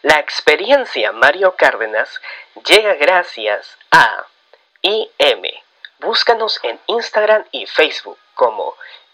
La experiencia Mario Cárdenas llega gracias a IM. Búscanos en Instagram y Facebook como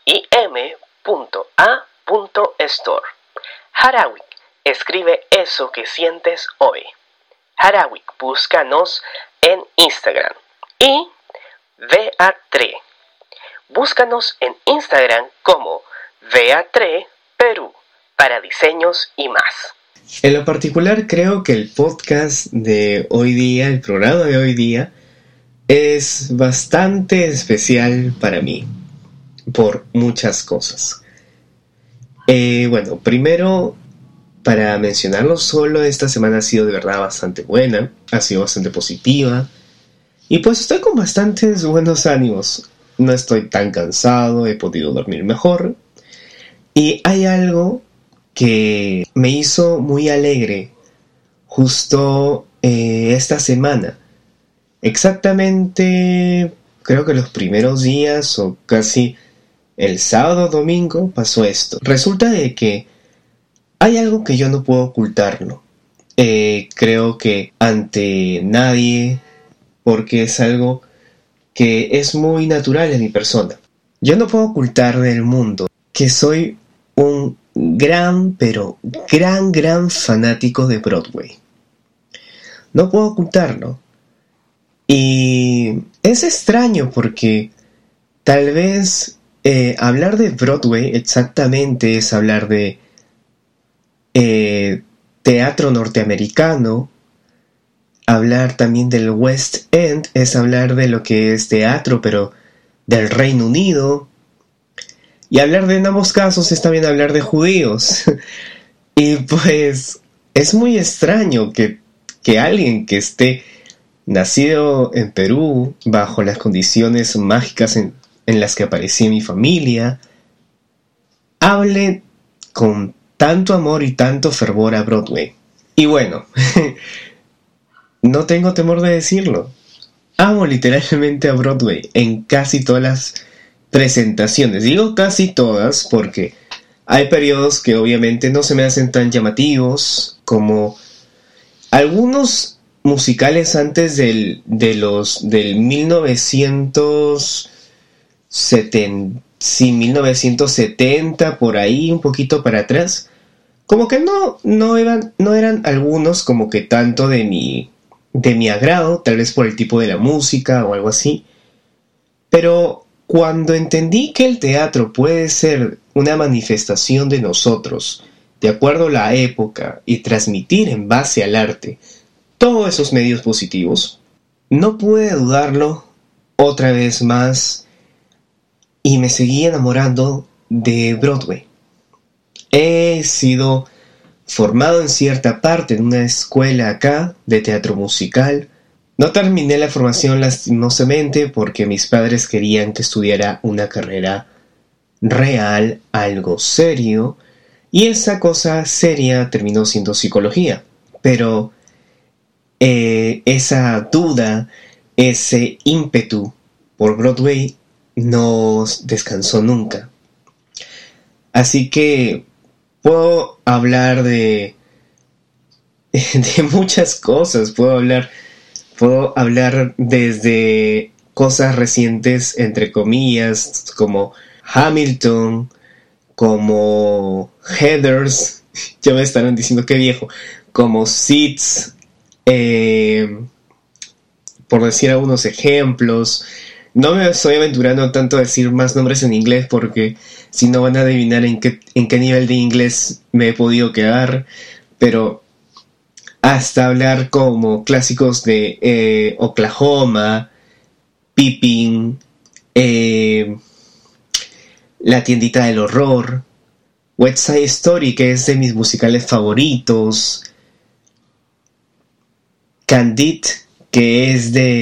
im.a.store. Harawik, escribe eso que sientes hoy. Harawik, búscanos en Instagram. Y VA3. Búscanos en Instagram como VA3 Perú para diseños y más. En lo particular, creo que el podcast de hoy día, el programa de hoy día, es bastante especial para mí, por muchas cosas. Bueno, primero, para mencionarlo solo, esta semana ha sido de verdad bastante buena, ha sido bastante positiva, y pues estoy con bastantes buenos ánimos. No estoy tan cansado, he podido dormir mejor, y hay algo que me hizo muy alegre justo esta semana. Exactamente, creo que los primeros días o casi el sábado o domingo pasó esto. Resulta de que hay algo que yo no puedo ocultarlo. Creo que ante nadie, porque es algo que es muy natural en mi persona. Yo no puedo ocultar del mundo que soy un gran, pero gran fanático de Broadway. No puedo ocultarlo. Y es extraño porque tal vez hablar de Broadway exactamente es hablar de teatro norteamericano. Hablar también del West End es hablar de lo que es teatro, pero del Reino Unido. Y hablar de en ambos casos es también hablar de judíos. Y pues es muy extraño que alguien que esté nacido en Perú, bajo las condiciones mágicas en las que aparecía mi familia, hable con tanto amor y tanto fervor a Broadway. Y bueno, no tengo temor de decirlo. Amo literalmente a Broadway en casi todas las presentaciones. Digo casi todas porque hay periodos que obviamente no se me hacen tan llamativos, como algunos musicales antes del 1970, por ahí, un poquito para atrás. Como que no eran algunos como que tanto de mi agrado, tal vez por el tipo de la música o algo así. Pero cuando entendí que el teatro puede ser una manifestación de nosotros, de acuerdo a la época, y transmitir en base al arte todos esos medios positivos, no pude dudarlo otra vez más y me seguí enamorando de Broadway. He sido formado en cierta parte en una escuela acá de teatro musical. No terminé la formación lastimosamente porque mis padres querían que estudiara una carrera real, algo serio, y esa cosa seria terminó siendo psicología. Pero esa duda, ese ímpetu por Broadway no descansó nunca. Así que puedo hablar de muchas cosas. Puedo hablar desde cosas recientes, entre comillas, como Hamilton, como Heathers, ya me estarán diciendo qué viejo, como Seeds, por decir algunos ejemplos. No me estoy aventurando tanto a decir más nombres en inglés porque si no van a adivinar en qué nivel de inglés me he podido quedar, pero hasta hablar como clásicos de Oklahoma, Pippin, La tiendita del horror, West Side Story, que es de mis musicales favoritos, Candide, que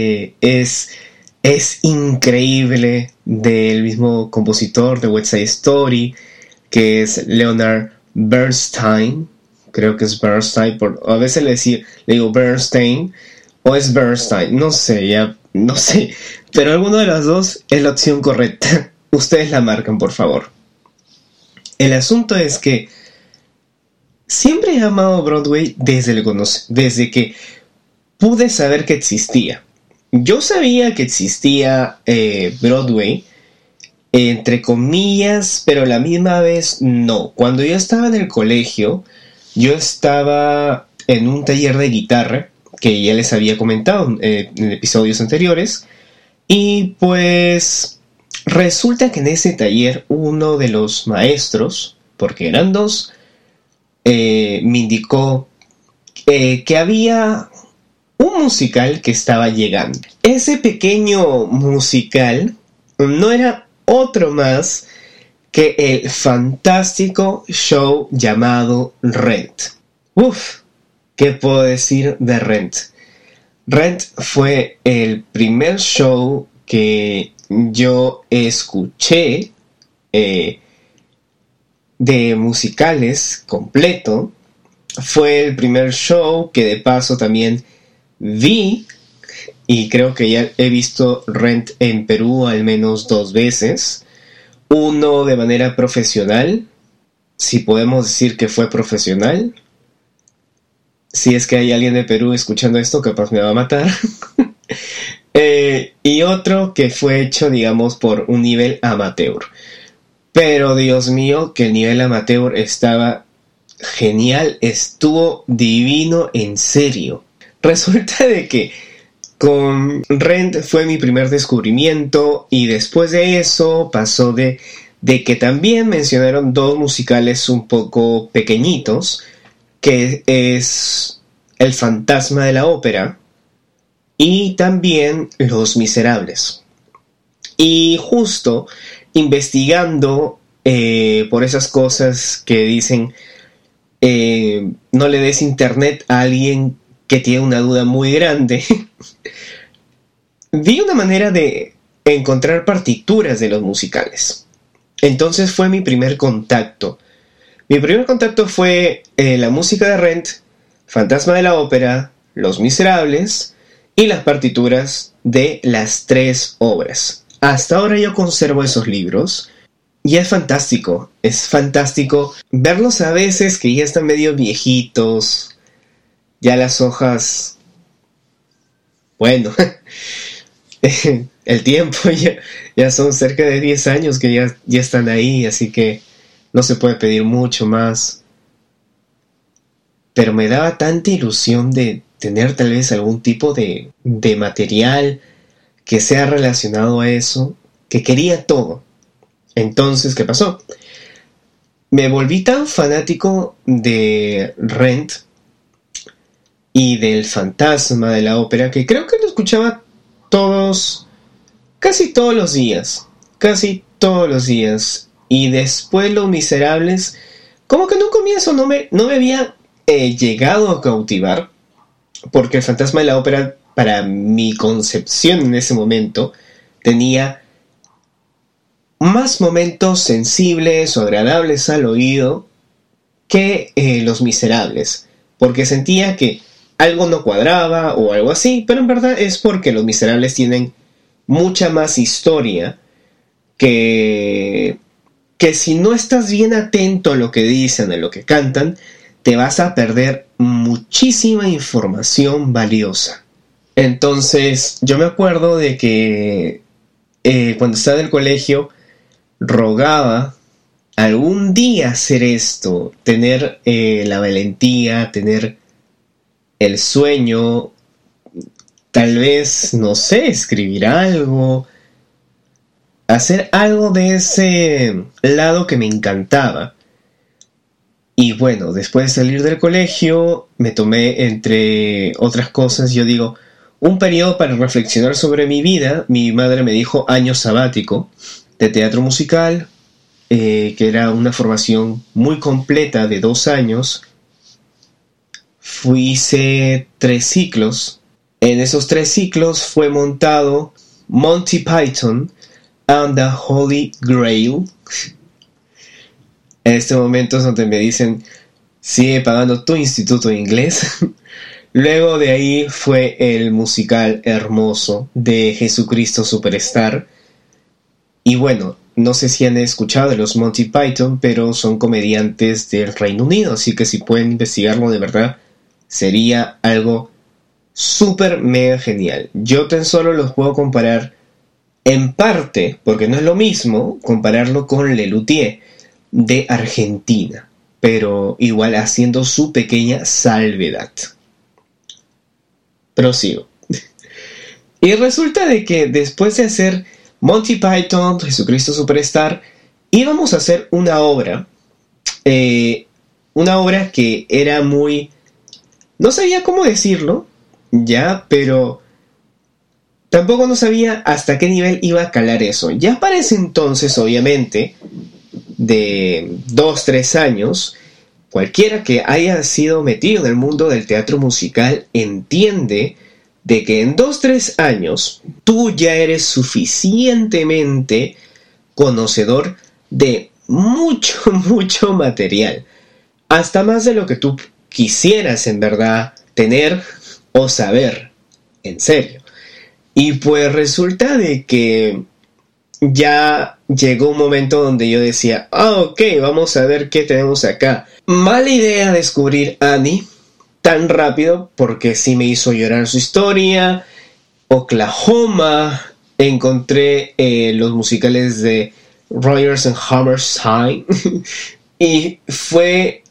es increíble, del mismo compositor de West Side Story, que es Leonard Bernstein. Creo que es Bernstein, a veces le digo Bernstein o es Bernstein, no sé, pero alguno de los dos es la opción correcta. Ustedes la marcan, por favor. El asunto es que siempre he amado Broadway desde que pude saber que existía. Yo sabía que existía Broadway, entre comillas, pero a la misma vez no. Cuando yo estaba en el colegio, yo estaba en un taller de guitarra, que ya les había comentado en episodios anteriores, y pues resulta que en ese taller uno de los maestros, porque eran dos, me indicó que había un musical que estaba llegando. Ese pequeño musical no era otro más que el fantástico show llamado Rent. Uf, ¿qué puedo decir de Rent? Rent fue el primer show que yo escuché de musicales completo. Fue el primer show que de paso también vi, y creo que ya he visto Rent en Perú al menos 2 veces. Uno de manera profesional, si podemos decir que fue profesional. Si es que hay alguien de Perú escuchando esto, capaz me va a matar. Y otro que fue hecho, digamos, por un nivel amateur. Pero Dios mío, que el nivel amateur estaba genial, estuvo divino, en serio. Resulta de que con Rent fue mi primer descubrimiento, y después de eso pasó de que también mencionaron 2 musicales un poco pequeñitos, que es El Fantasma de la Ópera y también Los Miserables. Y justo investigando por esas cosas que dicen no le des internet a alguien que tiene una duda muy grande, vi una manera de encontrar partituras de los musicales. Entonces fue mi primer contacto. Mi primer contacto fue la música de Rent, Fantasma de la Ópera, Los Miserables y las partituras de las 3 obras. Hasta ahora yo conservo esos libros y es fantástico verlos a veces que ya están medio viejitos, ya las hojas, bueno, el tiempo ya son cerca de 10 años que ya están ahí, así que no se puede pedir mucho más. Pero me daba tanta ilusión de tener tal vez algún tipo de material que sea relacionado a eso, que quería todo. Entonces, ¿qué pasó? Me volví tan fanático de Rent y del Fantasma de la Ópera que creo que lo escuchaba casi todos los días. Y después Los Miserables, como que en un comienzo no me había llegado a cautivar, porque el Fantasma de la Ópera, para mi concepción en ese momento, tenía más momentos sensibles o agradables al oído que Los Miserables, porque sentía que algo no cuadraba o algo así, pero en verdad es porque Los Miserables tienen mucha más historia que si no estás bien atento a lo que dicen, a lo que cantan, te vas a perder muchísima información valiosa. Entonces, yo me acuerdo de que cuando estaba en el colegio, rogaba algún día hacer esto, tener la valentía, tener el sueño, tal vez, no sé, escribir algo, hacer algo de ese lado que me encantaba. Y bueno, después de salir del colegio, me tomé, entre otras cosas, yo digo, un periodo para reflexionar sobre mi vida. Mi madre me dijo año sabático de teatro musical, que era una formación muy completa de 2 años. Hice 3 ciclos. En esos 3 ciclos fue montado Monty Python and the Holy Grail. En este momento es donde me dicen, sigue pagando tu instituto de inglés. Luego de ahí fue el musical hermoso de Jesucristo Superstar. Y bueno, no sé si han escuchado de los Monty Python, pero son comediantes del Reino Unido, así que si pueden investigarlo de verdad, sería algo súper mega genial. Yo tan solo los puedo comparar en parte, porque no es lo mismo compararlo con Lelutier de Argentina, pero igual haciendo su pequeña salvedad. Prosigo. Y resulta de que después de hacer Monty Python, Jesucristo Superstar, íbamos a hacer una obra que era muy... No sabía cómo decirlo, ya, pero tampoco no sabía hasta qué nivel iba a calar eso. Ya para ese entonces, obviamente, de 2-3 años, cualquiera que haya sido metido en el mundo del teatro musical entiende de que en 2-3 años tú ya eres suficientemente conocedor de mucho material, hasta más de lo que tú quisieras en verdad tener o saber, en serio. Y pues resulta de que ya llegó un momento donde yo decía, ok, vamos a ver qué tenemos acá. Mala idea descubrir Annie tan rápido, porque sí me hizo llorar su historia. Oklahoma, encontré los musicales de Rodgers and Hammerstein y fue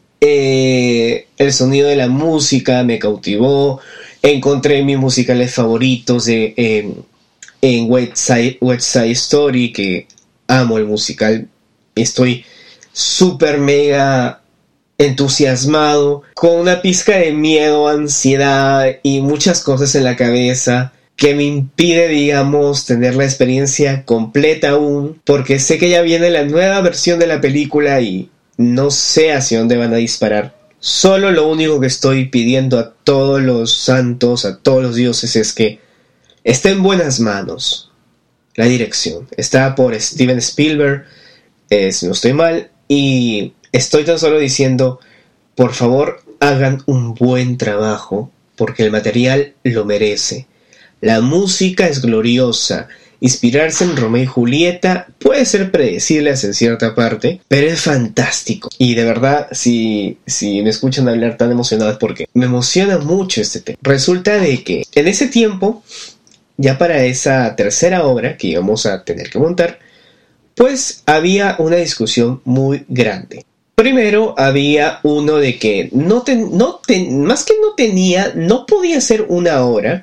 el sonido de la música me cautivó. Encontré mis musicales favoritos en West Side Story, que amo el musical. Estoy súper mega entusiasmado, con una pizca de miedo, ansiedad y muchas cosas en la cabeza que me impide, digamos, tener la experiencia completa aún, porque sé que ya viene la nueva versión de la película y no sé hacia dónde van a disparar. Solo lo único que estoy pidiendo a todos los santos, a todos los dioses, es que esté en buenas manos la dirección. Está por Steven Spielberg, si no estoy mal, y estoy tan solo diciendo, por favor, hagan un buen trabajo, porque el material lo merece. La música es gloriosa. Inspirarse en Romeo y Julieta puede ser predecible hasta cierta parte, pero es fantástico. Y de verdad, si me escuchan hablar tan emocionado es porque me emociona mucho este tema. Resulta de que en ese tiempo, ya para esa tercera obra que íbamos a tener que montar, pues había una discusión muy grande. Primero había uno de que no podía ser una obra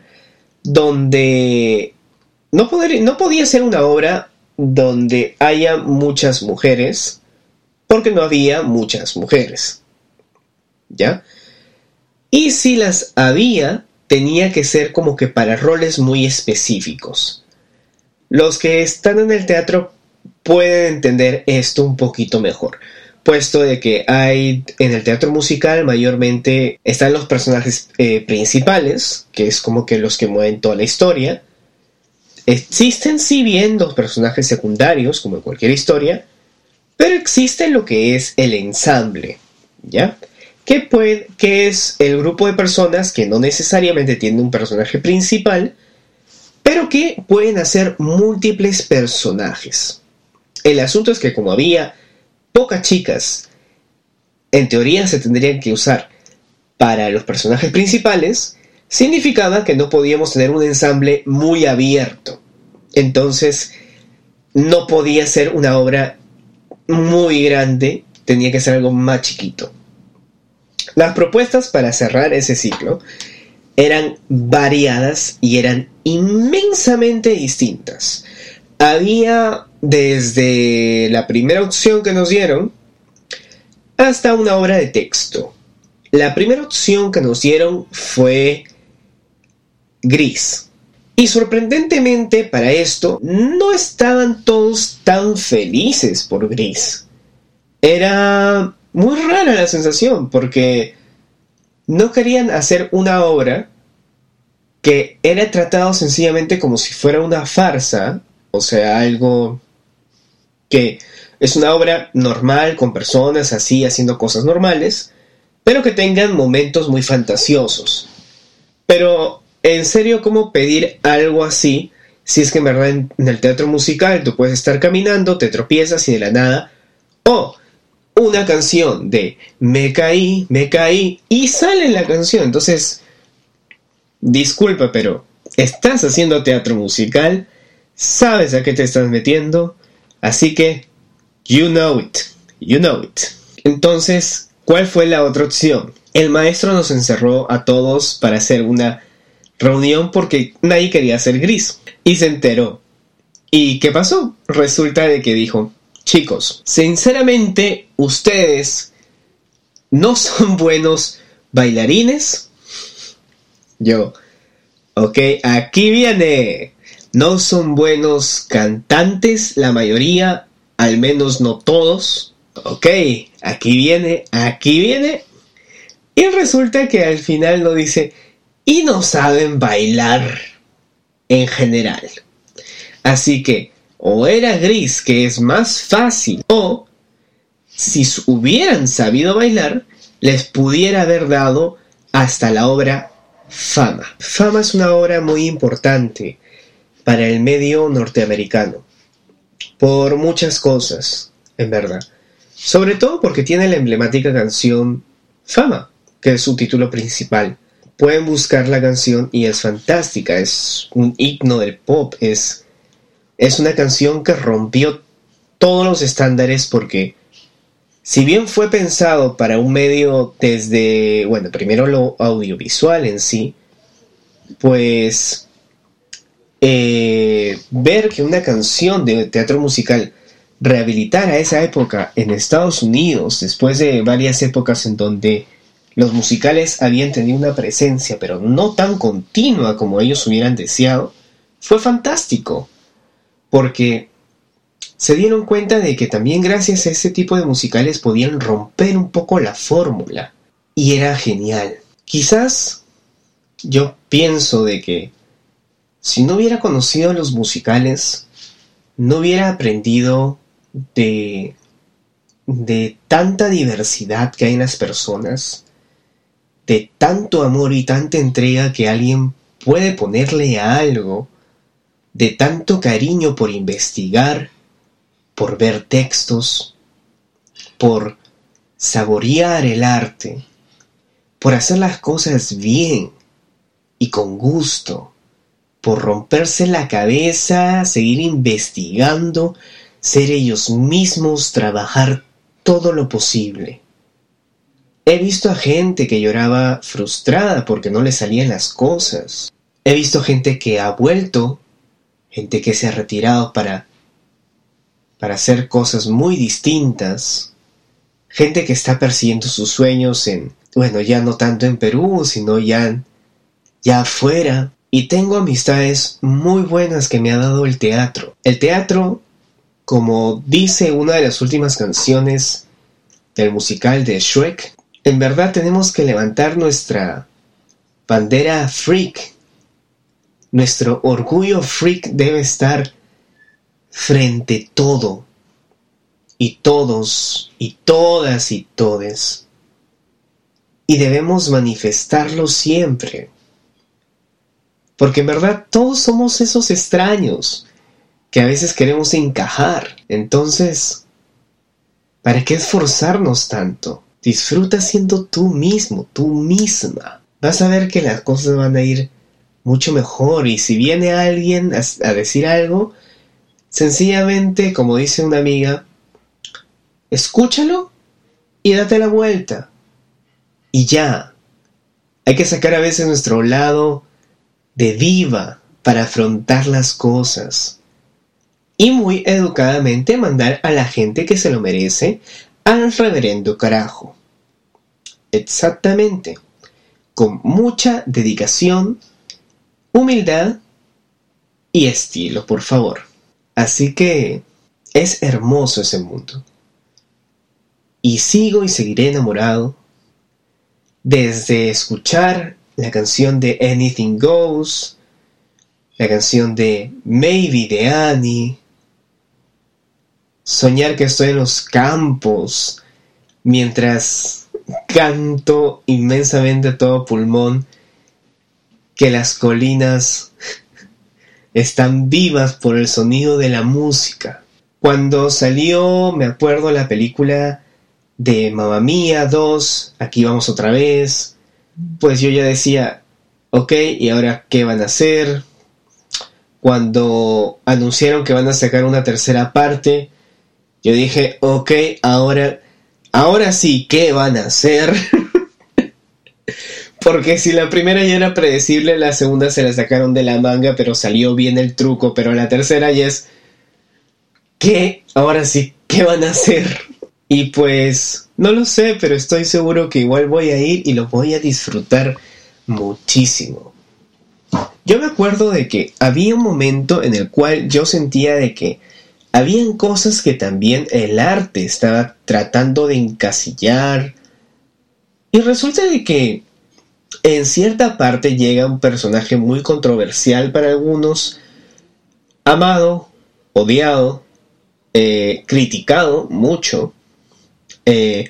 donde no podía ser una obra donde haya muchas mujeres, porque no había muchas mujeres, ¿ya? Y si las había, tenía que ser como que para roles muy específicos. Los que están en el teatro pueden entender esto un poquito mejor, puesto de que hay en el teatro musical mayormente están los personajes principales, que es como que los que mueven toda la historia. Existen si bien los personajes secundarios, como en cualquier historia, pero existe lo que es el ensamble, ¿ya? Que es el grupo de personas que no necesariamente tienen un personaje principal, pero que pueden hacer múltiples personajes. El asunto es que como había pocas chicas, en teoría se tendrían que usar para los personajes principales, significaba que no podíamos tener un ensamble muy abierto. Entonces, no podía ser una obra muy grande, tenía que ser algo más chiquito. Las propuestas para cerrar ese ciclo eran variadas y eran inmensamente distintas. Había desde la primera opción que nos dieron hasta una obra de texto. La primera opción que nos dieron fue Gris. Y sorprendentemente para esto, no estaban todos tan felices por Gris. Era muy rara la sensación, porque no querían hacer una obra que era tratado sencillamente como si fuera una farsa, o sea, algo que es una obra normal, con personas así haciendo cosas normales, pero que tengan momentos muy fantasiosos. Pero, en serio, ¿cómo pedir algo así Si es que en verdad en el teatro musical tú puedes estar caminando, te tropiezas y de la nada, ¡oh! Una canción de me caí, y sale la canción. Entonces, disculpa, pero estás haciendo teatro musical, sabes a qué te estás metiendo, así que you know it. Entonces, ¿cuál fue la otra opción? El maestro nos encerró a todos para hacer una reunión porque nadie quería ser gris. Y se enteró. ¿Y qué pasó? Resulta de que dijo, chicos, sinceramente, ustedes no son buenos bailarines. Yo, ok, aquí viene. No son buenos cantantes, la mayoría, al menos no todos. Ok, aquí viene. Y resulta que al final lo dice, y no saben bailar en general. Así que, o era gris, que es más fácil, o si hubieran sabido bailar, les pudiera haber dado hasta la obra Fama. Fama es una obra muy importante para el medio norteamericano, por muchas cosas, en verdad. Sobre todo porque tiene la emblemática canción Fama, que es su título principal. Pueden buscar la canción y es fantástica, es un himno del pop, es una canción que rompió todos los estándares porque si bien fue pensado para un medio desde, bueno, primero lo audiovisual en sí, pues ver que una canción de teatro musical rehabilitara esa época en Estados Unidos, después de varias épocas en donde los musicales habían tenido una presencia, pero no tan continua como ellos hubieran deseado, fue fantástico, porque se dieron cuenta de que también gracias a ese tipo de musicales podían romper un poco la fórmula, y era genial. Quizás yo pienso de que si no hubiera conocido los musicales, no hubiera aprendido de tanta diversidad que hay en las personas, de tanto amor y tanta entrega que alguien puede ponerle a algo, de tanto cariño por investigar, por ver textos, por saborear el arte, por hacer las cosas bien y con gusto, por romperse la cabeza, seguir investigando, ser ellos mismos, trabajar todo lo posible. He visto a gente que lloraba frustrada porque no le salían las cosas. He visto gente que ha vuelto, gente que se ha retirado para hacer cosas muy distintas, gente que está persiguiendo sus sueños ya no tanto en Perú, sino ya afuera. Y tengo amistades muy buenas que me ha dado el teatro. El teatro, como dice una de las últimas canciones del musical de Shrek, en verdad tenemos que levantar nuestra bandera freak. Nuestro orgullo freak debe estar frente a todo, y todos, y todas, y todes. Y debemos manifestarlo siempre. Porque en verdad todos somos esos extraños que a veces queremos encajar. Entonces, ¿para qué esforzarnos tanto? Disfruta siendo tú mismo, tú misma. Vas a ver que las cosas van a ir mucho mejor. Y si viene alguien a decir algo, sencillamente, como dice una amiga, escúchalo y date la vuelta. Y ya. Hay que sacar a veces nuestro lado de diva para afrontar las cosas. Y muy educadamente mandar a la gente que se lo merece al reverendo carajo. Exactamente. Con mucha dedicación, humildad y estilo, por favor. Así que es hermoso ese mundo. Y sigo y seguiré enamorado desde escuchar la canción de Anything Goes, la canción de Maybe de Annie, soñar que estoy en los campos mientras canto inmensamente a todo pulmón que las colinas están vivas por el sonido de la música. Cuando salió, me acuerdo, la película de Mamma Mía 2, Aquí vamos otra vez, pues yo ya decía, ok, ¿y ahora qué van a hacer? Cuando anunciaron que van a sacar una tercera parte, yo dije, ok, ahora sí, ¿qué van a hacer? Porque si la primera ya era predecible, la segunda se la sacaron de la manga, pero salió bien el truco, pero la tercera ya es, ¿qué? Ahora sí, ¿qué van a hacer? Y pues, no lo sé, pero estoy seguro que igual voy a ir y lo voy a disfrutar muchísimo. Yo me acuerdo de que había un momento en el cual yo sentía de que habían cosas que también el arte estaba tratando de encasillar. Y resulta de que en cierta parte llega un personaje muy controversial para algunos, amado, odiado, criticado mucho, en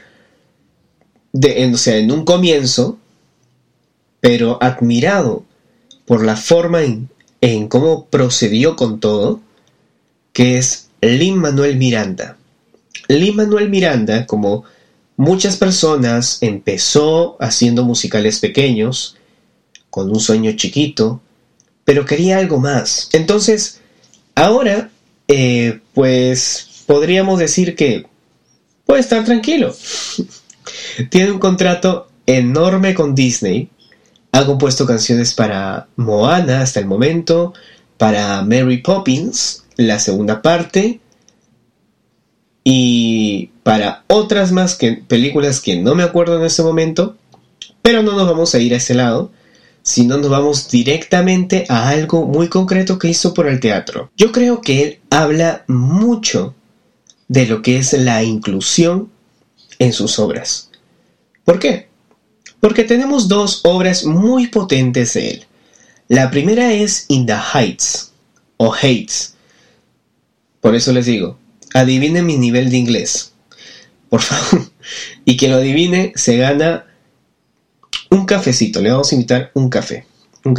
un comienzo, pero admirado por la forma en cómo procedió con todo, que es Lin-Manuel Miranda. Lin-Manuel Miranda, como muchas personas, empezó haciendo musicales pequeños, con un sueño chiquito, pero quería algo más. Entonces, ahora, pues podríamos decir que puede estar tranquilo. Tiene un contrato enorme con Disney. Ha compuesto canciones para Moana hasta el momento, para Mary Poppins, la segunda parte, y para otras más películas que no me acuerdo en ese momento, pero no nos vamos a ir a ese lado, sino nos vamos directamente a algo muy concreto que hizo por el teatro. Yo creo que él habla mucho de lo que es la inclusión en sus obras. ¿Por qué? Porque tenemos dos obras muy potentes de él. La primera es In the Heights, o Heights. Por eso les digo, adivinen mi nivel de inglés, por favor. Y quien lo adivine se gana un cafecito. Le vamos a invitar un café.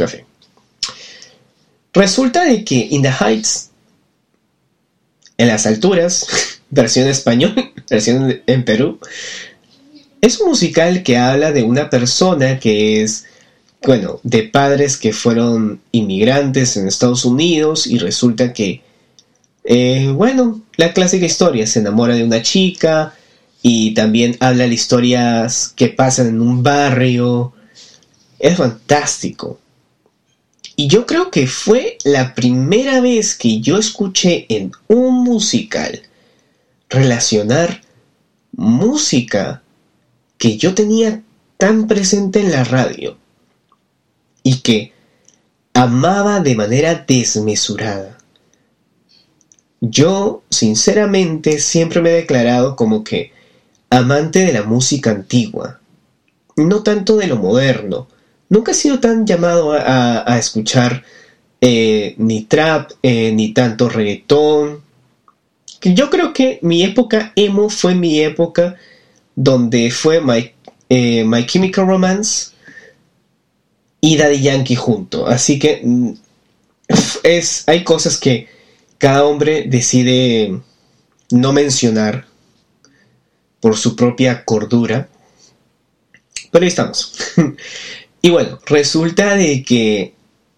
Resulta de que In the Heights, en las alturas, versión en español, versión en Perú, es un musical que habla de una persona que es, de padres que fueron inmigrantes en Estados Unidos, y resulta que, la clásica historia, se enamora de una chica, y también habla de historias que pasan en un barrio. Es fantástico. Y yo creo que fue la primera vez que yo escuché en un musical relacionar música que yo tenía tan presente en la radio y que amaba de manera desmesurada. Yo, sinceramente, siempre me he declarado como que amante de la música antigua, no tanto de lo moderno. Nunca he sido tan llamado a escuchar ni trap, ni tanto reggaetón. Yo creo que mi época emo fue mi época donde fue My Chemical Romance y Daddy Yankee junto. Así que hay cosas que cada hombre decide no mencionar por su propia cordura. Pero ahí estamos. Y bueno, resulta de que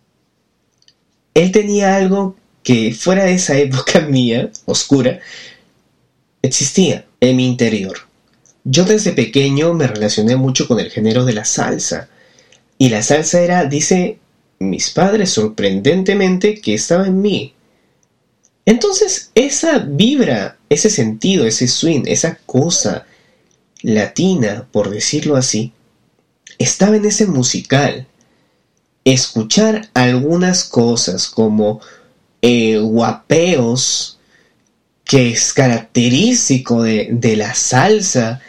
él tenía algo que fuera de esa época mía, oscura, existía en mi interior. Yo desde pequeño me relacioné mucho con el género de la salsa. Y la salsa era, dice mis padres sorprendentemente, que estaba en mí. Entonces esa vibra, ese sentido, ese swing, esa cosa latina, por decirlo así, estaba en ese musical. Escuchar algunas cosas como guapeos, que es característico de la salsa,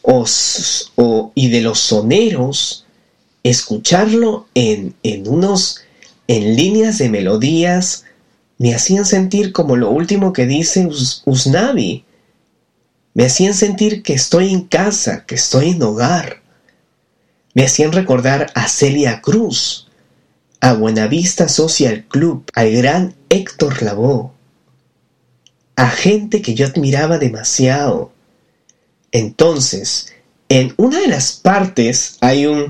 y de los soneros, escucharlo en líneas de melodías, me hacían sentir como lo último que dice Usnavi. Me hacían sentir que estoy en casa, que estoy en hogar. Me hacían recordar a Celia Cruz, a Buenavista Social Club, al gran Héctor Lavoe, a gente que yo admiraba demasiado. Entonces, en una de las partes hay un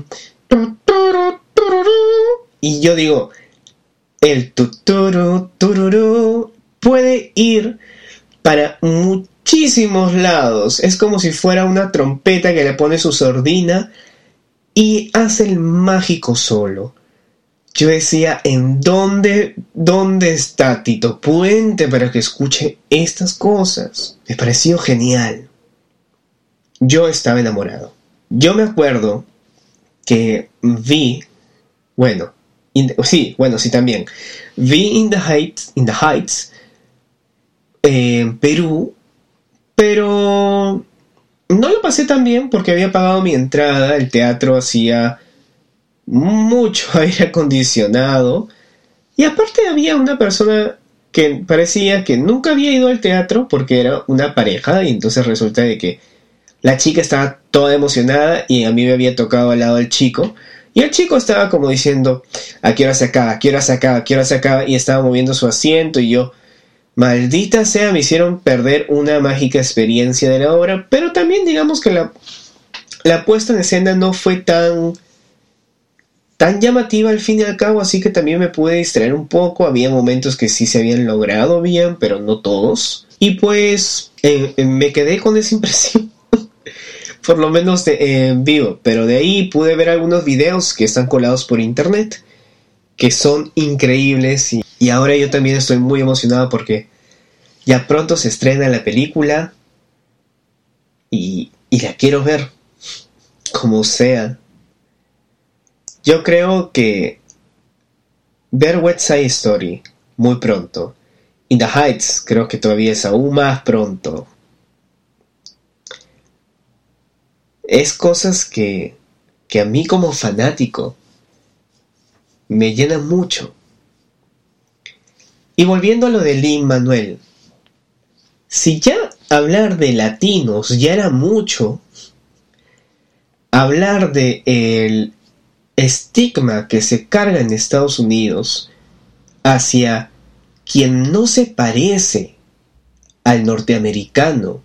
y yo digo, el tuturu tururú puede ir para muchísimos lados. Es como si fuera una trompeta que le pone su sordina y hace el mágico solo. Yo decía, ¿dónde está Tito Puente para que escuche estas cosas? Me pareció genial. Yo estaba enamorado. Yo me acuerdo que vi, sí también, vi In the Heights en Perú, pero no lo pasé tan bien porque había pagado mi entrada. El teatro hacía mucho aire acondicionado y aparte había una persona que parecía que nunca había ido al teatro porque era una pareja, y entonces resulta de que la chica estaba toda emocionada y a mí me había tocado al lado del chico, y el chico estaba como diciendo, ¿a qué hora se acaba? ¿A qué hora se acaba? ¿A qué hora se acaba? Y estaba moviendo su asiento, y yo, maldita sea, me hicieron perder una mágica experiencia de la obra. Pero también digamos que la puesta en escena no fue tan llamativa al fin y al cabo, así que también me pude distraer un poco. Había momentos que sí se habían logrado bien, pero no todos. Y pues me quedé con esa impresión, por lo menos en vivo. Pero de ahí pude ver algunos videos que están colados por internet, que son increíbles. Y ahora yo también estoy muy emocionado porque ya pronto se estrena la película y la quiero ver, como sea. Yo creo que ver West Side Story muy pronto. In the Heights creo que todavía es aún más pronto. Es cosas que a mí como fanático me llenan mucho. Y volviendo a lo de Lin-Manuel, si ya hablar de latinos ya era mucho, hablar de el estigma que se carga en Estados Unidos hacia quien no se parece al norteamericano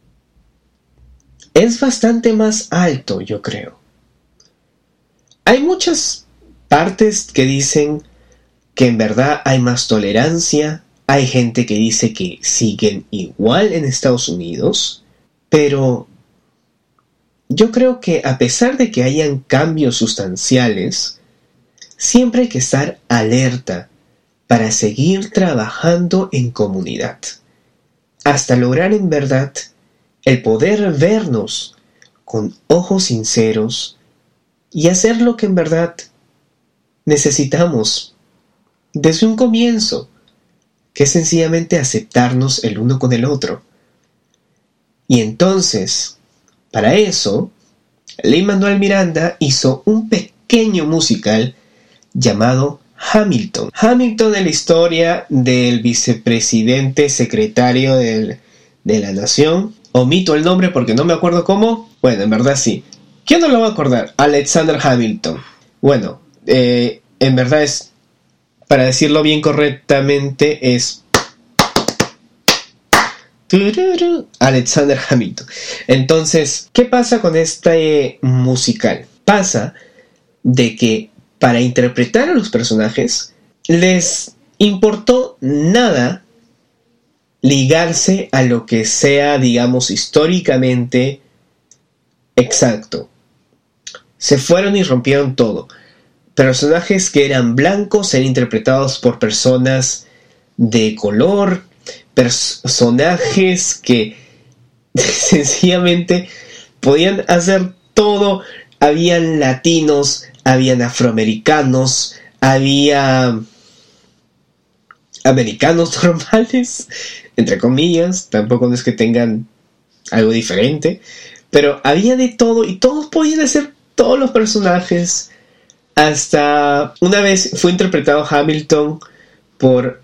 es bastante más alto, yo creo. Hay muchas partes que dicen que en verdad hay más tolerancia, hay gente que dice que siguen igual en Estados Unidos, pero yo creo que a pesar de que hayan cambios sustanciales, siempre hay que estar alerta para seguir trabajando en comunidad, hasta lograr en verdad el poder vernos con ojos sinceros y hacer lo que en verdad necesitamos desde un comienzo, que es sencillamente aceptarnos el uno con el otro. Y entonces, para eso, Lin-Manuel Miranda hizo un pequeño musical llamado Hamilton. Hamilton es la historia del vicepresidente secretario de la nación. Omito el nombre porque no me acuerdo cómo. Bueno, en verdad sí. ¿Quién no lo va a acordar? Alexander Hamilton. Bueno, en verdad es, para decirlo bien correctamente, es Alexander Hamilton. Entonces, ¿qué pasa con este musical? Pasa de que para interpretar a los personajes les importó nada ligarse a lo que sea, digamos, históricamente exacto. Se fueron y rompieron todo. Personajes que eran blancos eran interpretados por personas de color, personajes que sencillamente podían hacer todo. Habían latinos, habían afroamericanos, había americanos normales, entre comillas, tampoco es que tengan algo diferente, pero había de todo y todos podían hacer todos los personajes. Hasta una vez fue interpretado Hamilton por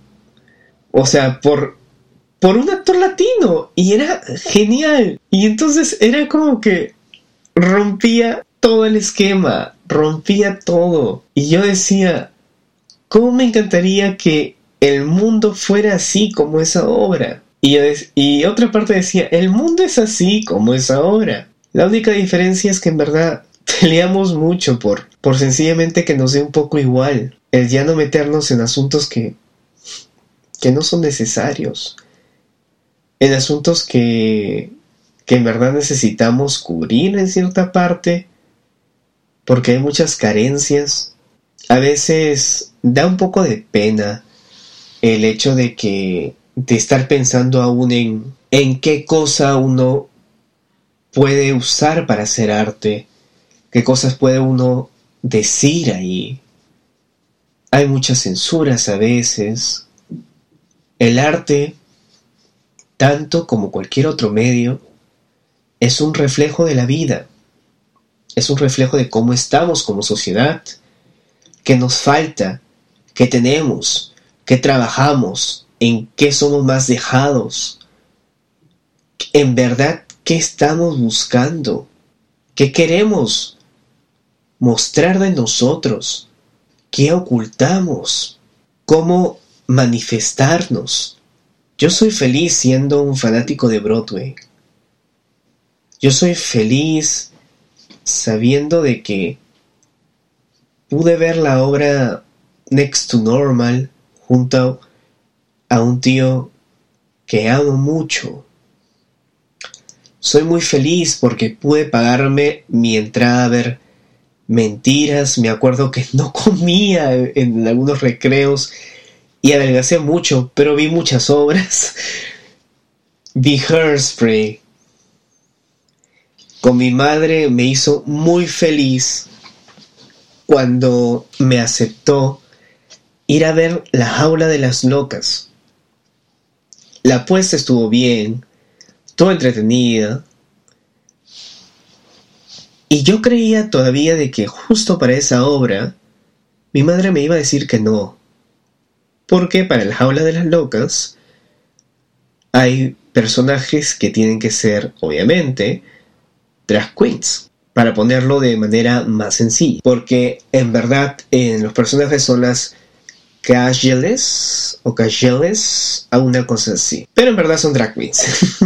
un actor latino y era genial. Y entonces era como que rompía todo el esquema, rompía todo. Y yo decía, ¿cómo me encantaría que el mundo fuera así como esa obra. Y otra parte decía, el mundo es así como esa obra. La única diferencia es que en verdad peleamos mucho por sencillamente que nos dé un poco igual. El ya no meternos en asuntos que no son necesarios. En asuntos que en verdad necesitamos cubrir en cierta parte. Porque hay muchas carencias. A veces da un poco de pena el hecho de estar pensando aún en qué cosa uno puede usar para hacer arte, qué cosas puede uno decir ahí. Hay muchas censuras a veces. El arte, tanto como cualquier otro medio, es un reflejo de la vida. Es un reflejo de cómo estamos como sociedad, qué nos falta, qué tenemos, qué trabajamos, en qué somos más dejados. En verdad, ¿qué estamos buscando? ¿Qué queremos mostrar de nosotros? ¿Qué ocultamos? ¿Cómo manifestarnos? Yo soy feliz siendo un fanático de Broadway. Yo soy feliz sabiendo de que pude ver la obra Next to Normal junto a un tío que amo mucho. Soy muy feliz porque pude pagarme mi entrada a ver Mentiras. Me acuerdo que no comía en algunos recreos y adelgacé mucho, pero vi muchas obras. Vi Hairspray. Con mi madre me hizo muy feliz cuando me aceptó ir a ver La Jaula de las Locas. La apuesta estuvo bien, estuvo entretenida. Y yo creía todavía de que justo para esa obra mi madre me iba a decir que no. Porque para La Jaula de las Locas hay personajes que tienen que ser, obviamente, drag queens, para ponerlo de manera más sencilla, porque en verdad los personajes son las casuales o casuales, a una cosa así, pero en verdad son drag queens.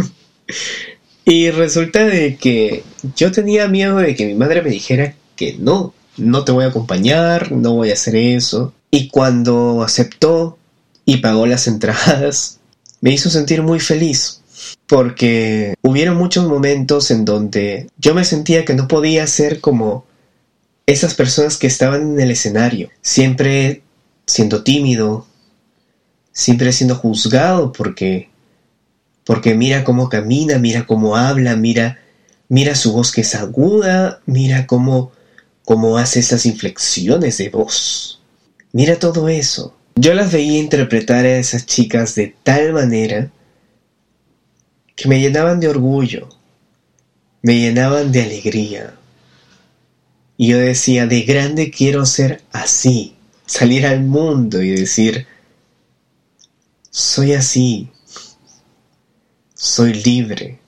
Y resulta de que yo tenía miedo de que mi madre me dijera que no te voy a acompañar, no voy a hacer eso, y cuando aceptó y pagó las entradas me hizo sentir muy feliz. Porque hubieron muchos momentos en donde yo me sentía que no podía ser como esas personas que estaban en el escenario, siempre siendo tímido, siempre siendo juzgado porque mira cómo camina, mira cómo habla, mira su voz que es aguda, mira cómo hace esas inflexiones de voz. Mira todo eso. Yo las veía interpretar a esas chicas de tal manera que me llenaban de orgullo, me llenaban de alegría. Y yo decía, de grande quiero ser así, salir al mundo y decir, soy así, soy libre,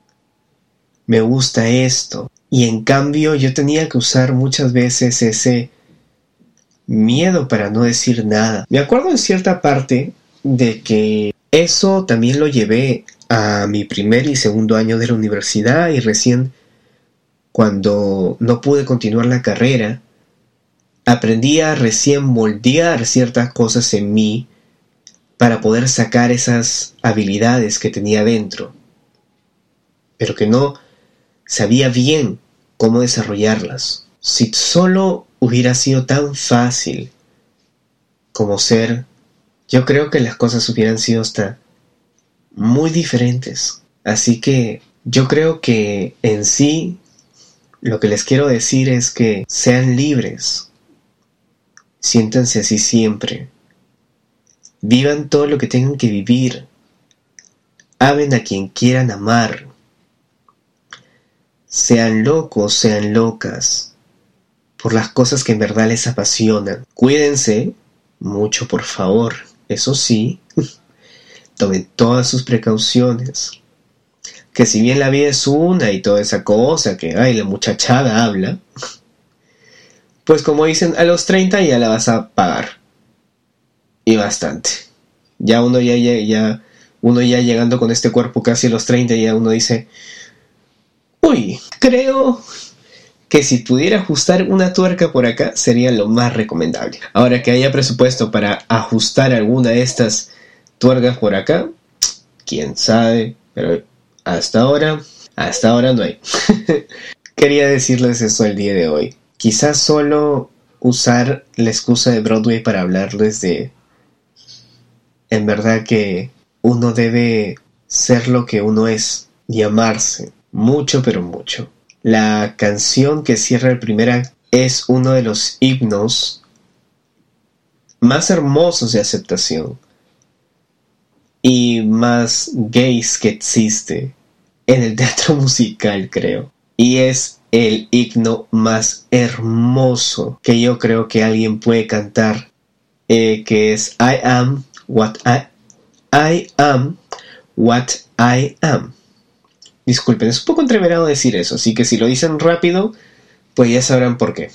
me gusta esto. Y en cambio yo tenía que usar muchas veces ese miedo para no decir nada. Me acuerdo en cierta parte de que eso también lo llevé a mi primer y segundo año de la universidad, y recién cuando no pude continuar la carrera aprendí a recién moldear ciertas cosas en mí para poder sacar esas habilidades que tenía dentro, pero que no sabía bien cómo desarrollarlas. Si solo hubiera sido tan fácil como ser, yo creo que las cosas hubieran sido hasta muy diferentes. Así que yo creo que en sí lo que les quiero decir es que sean libres, siéntanse así siempre, vivan todo lo que tengan que vivir, amen a quien quieran amar, sean locos, sean locas por las cosas que en verdad les apasionan. Cuídense mucho, por favor, eso sí. Tomen todas sus precauciones. Que si bien la vida es una y toda esa cosa que la muchachada habla, pues como dicen, a los 30 ya la vas a pagar. Y bastante. Ya uno ya llegando con este cuerpo casi a los 30, ya uno dice, uy, creo que si pudiera ajustar una tuerca por acá sería lo más recomendable. Ahora que haya presupuesto para ajustar alguna de estas tuercas por acá, quién sabe, pero hasta ahora no hay. Quería decirles eso el día de hoy. Quizás solo usar la excusa de Broadway para hablarles de, en verdad, que uno debe ser lo que uno es y amarse mucho, pero mucho. La canción que cierra el primer acto es uno de los himnos más hermosos de aceptación y más gays que existe en el teatro musical, creo. Y es el himno más hermoso que yo creo que alguien puede cantar, que es I am what I am. Disculpen, es un poco entreverado decir eso, así que si lo dicen rápido, pues ya sabrán por qué.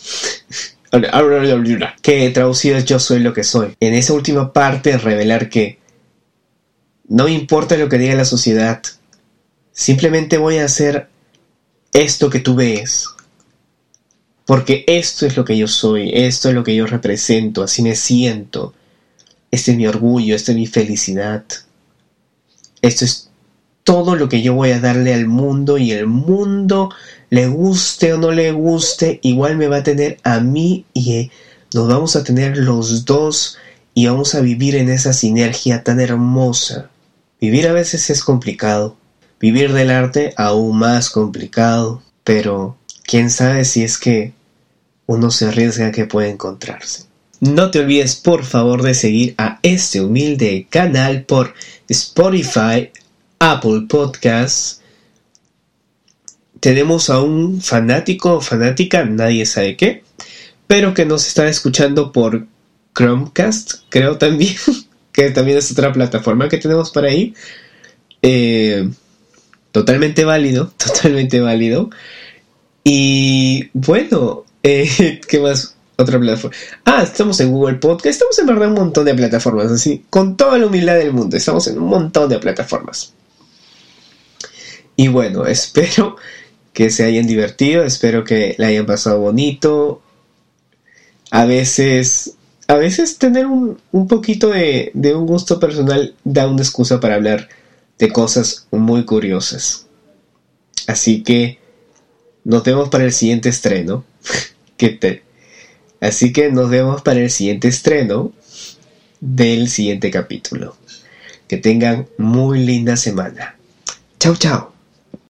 Que traducido es yo soy lo que soy. En esa última parte, revelar que no me importa lo que diga la sociedad, simplemente voy a hacer esto que tú ves, porque esto es lo que yo soy, esto es lo que yo represento, así me siento, este es mi orgullo, esta es mi felicidad, esto es todo lo que yo voy a darle al mundo, y el mundo, le guste o no le guste, igual me va a tener a mí, y nos vamos a tener los dos y vamos a vivir en esa sinergia tan hermosa. Vivir a veces es complicado, vivir del arte aún más complicado, pero quién sabe si es que uno se arriesga, que puede encontrarse. No te olvides por favor de seguir a este humilde canal por Spotify, Apple Podcasts. Tenemos a un fanático o fanática, nadie sabe qué, pero que nos está escuchando por Chromecast, creo también, que también es otra plataforma que tenemos por ahí. Totalmente válido. Y bueno, ¿qué más? Otra plataforma. Estamos en Google Podcast, estamos en verdad en un montón de plataformas, así, con toda la humildad del mundo, estamos en un montón de plataformas. Y bueno, espero que se hayan divertido, espero que la hayan pasado bonito. A veces tener un poquito de un gusto personal da una excusa para hablar de cosas muy curiosas. Así que nos vemos para el siguiente estreno. Así que nos vemos para el siguiente estreno del siguiente capítulo. Que tengan muy linda semana. Chao, chao.